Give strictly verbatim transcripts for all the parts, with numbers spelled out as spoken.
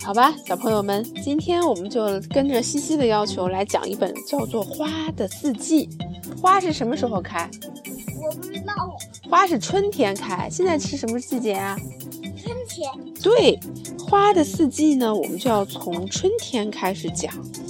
好吧，小朋友们，今天我们就跟着西西的要求来讲一本叫做《花的四季》。花是什么时候开？ 我不知道。 花是春天开，现在是什么季节啊？ 春天。 对，花的四季呢，我们就要从春天开始讲。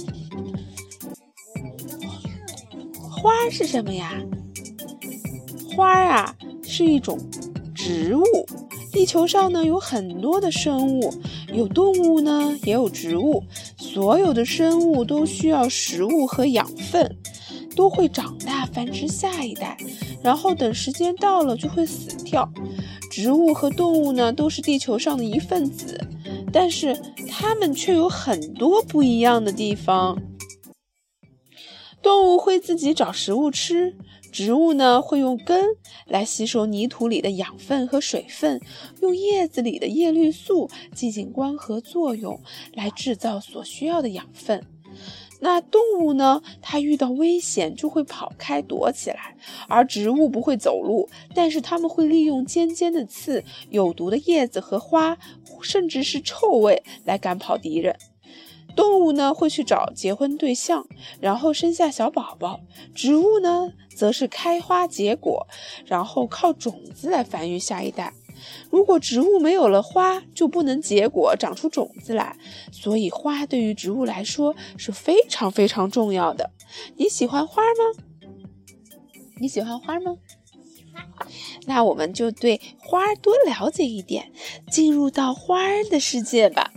花是什么呀？花啊，是一种植物。地球上呢有很多的生物，有动物呢，也有植物。所有的生物都需要食物和养分，都会长大繁殖下一代，然后等时间到了就会死掉。植物和动物呢都是地球上的一份子，但是它们却有很多不一样的地方。动物会自己找食物吃，植物呢会用根来吸收泥土里的养分和水分，用叶子里的叶绿素进行光合作用来制造所需要的养分。那动物呢，它遇到危险就会跑开躲起来，而植物不会走路，但是它们会利用尖尖的刺、有毒的叶子和花，甚至是臭味来赶跑敌人。动物呢会去找结婚对象，然后生下小宝宝。植物呢则是开花结果，然后靠种子来繁育下一代。如果植物没有了花，就不能结果长出种子来，所以花对于植物来说是非常非常重要的。你喜欢花吗？你喜欢花吗？ 喜欢。 那我们就对花多了解一点，进入到花的世界吧。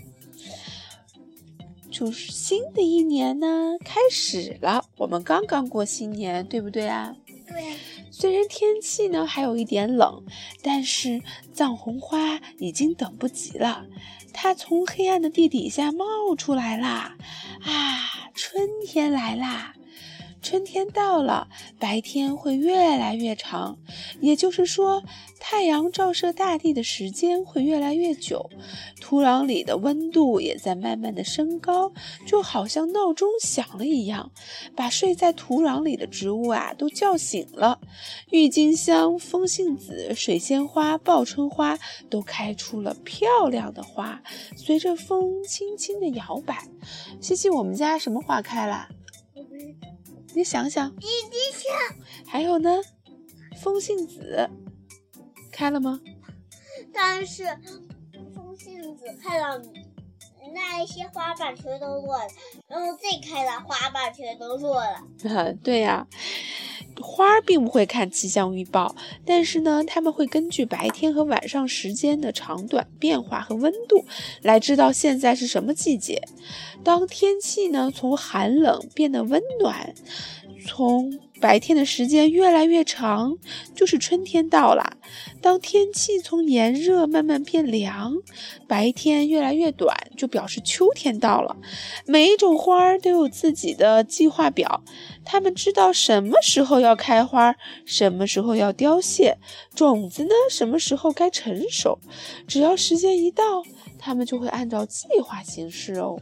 就是新的一年呢开始了，我们刚刚过新年，对不对啊？ 对。 虽然天气呢还有一点冷，但是藏红花已经等不及了，它从黑暗的地底下冒出来啦！啊，春天来啦！春天到了，白天会越来越长，也就是说，太阳照射大地的时间会越来越久，土壤里的温度也在慢慢的升高，就好像闹钟响了一样，把睡在土壤里的植物啊都叫醒了。郁金香、风信子、水仙花、报春花都开出了漂亮的花，随着风轻轻的摇摆。西西，我们家什么花开啦？ 我不知道。 你想想， 郁金香， 还有呢，风信子开了吗？ 但是风信子开了，那一些花瓣全都落了，然后再开了，花瓣全都落了。 啊，对呀、啊，花并不会看气象预报，但是呢，它们会根据白天和晚上时间的长短变化和温度来知道现在是什么季节。当天气呢从寒冷变得温暖，从白天的时间越来越长，就是春天到了。当天气从炎热慢慢变凉，白天越来越短，就表示秋天到了。每一种花都有自己的计划表，它们知道什么时候要开花，什么时候要凋谢，种子呢什么时候该成熟。只要时间一到，它们就会按照计划行事哦。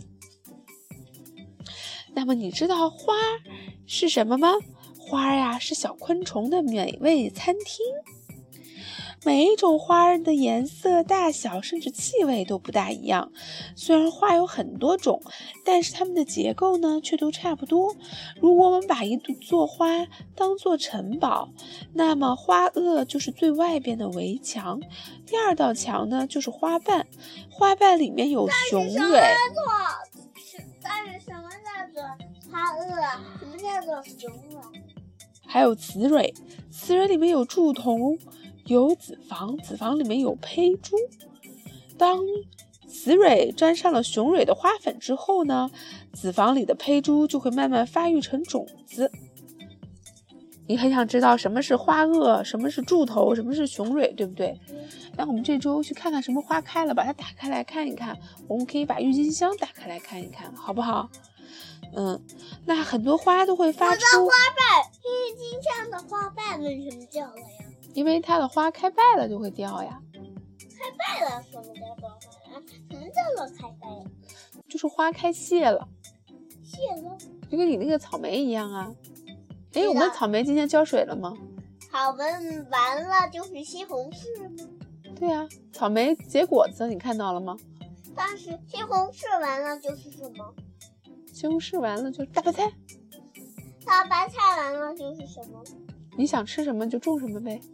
那么你知道花是什么吗？花呀，是小昆虫的美味餐厅。每一种花的颜色、大小甚至气味都不大一样，虽然花有很多种，但是它们的结构呢却都差不多。如果我们把一座花当作城堡，那么花萼就是最外边的围墙，第二道墙呢就是花瓣，花瓣里面有雄蕊。 但是什么叫做花萼？什么叫做雄蕊？ 还有雌蕊，雌蕊里面有柱筒，有子房，子房里面有胚珠。当雌蕊沾上了雄蕊的花粉之后呢，子房里的胚珠就会慢慢发育成种子。你很想知道什么是花萼，什么是柱头，什么是雄蕊，对不对？那我们这周去看看什么花开了，把它打开来看一看。我们可以把郁金香打开来看一看，好不好？嗯，那很多花都会发出。 我的花瓣，郁金香的花瓣为什么掉了呀？ 因为它的花开败了就会掉呀。 开败了什么叫做花？什么叫做开败了？ 就是花开谢了。 谢了？ 就跟你那个草莓一样啊。哎，我们的草莓今天浇水了吗？ 好，闻完了就是西红柿吗？ 对啊，草莓结果子你看到了吗？ 但是西红柿完了就是什么？ 西红柿完了就是大白菜。 大白菜完了就是什么？ 你想吃什么就种什么呗。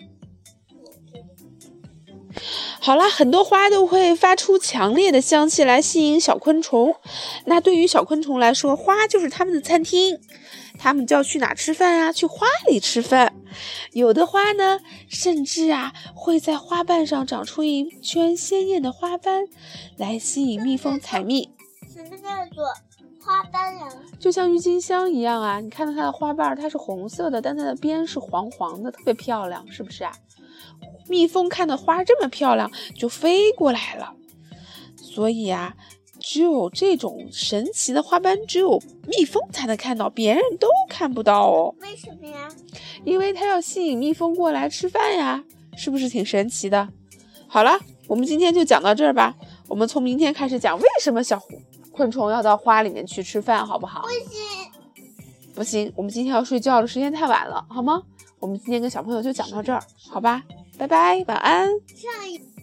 好啦，很多花都会发出强烈的香气来吸引小昆虫。那对于小昆虫来说，花就是它们的餐厅，它们就要去哪吃饭啊？去花里吃饭。有的花呢，甚至啊会在花瓣上长出一圈鲜艳的花斑，来吸引蜜蜂采蜜。 什么叫做花斑呀？ 就像郁金香一样啊，你看到它的花瓣，它是红色的，但它的边是黄黄的，特别漂亮，是不是啊？蜜蜂看到花这么漂亮，就飞过来了。所以啊，只有这种神奇的花斑，只有蜜蜂才能看到，别人都看不到哦。 为什么呀？ 因为它要吸引蜜蜂过来吃饭呀，是不是挺神奇的？好了，我们今天就讲到这儿吧。我们从明天开始讲为什么小昆虫要到花里面去吃饭，好不好？ 不行， 不行，我们今天要睡觉了，时间太晚了，好吗？我们今天跟小朋友就讲到这儿，好吧？拜拜，晚安。 上一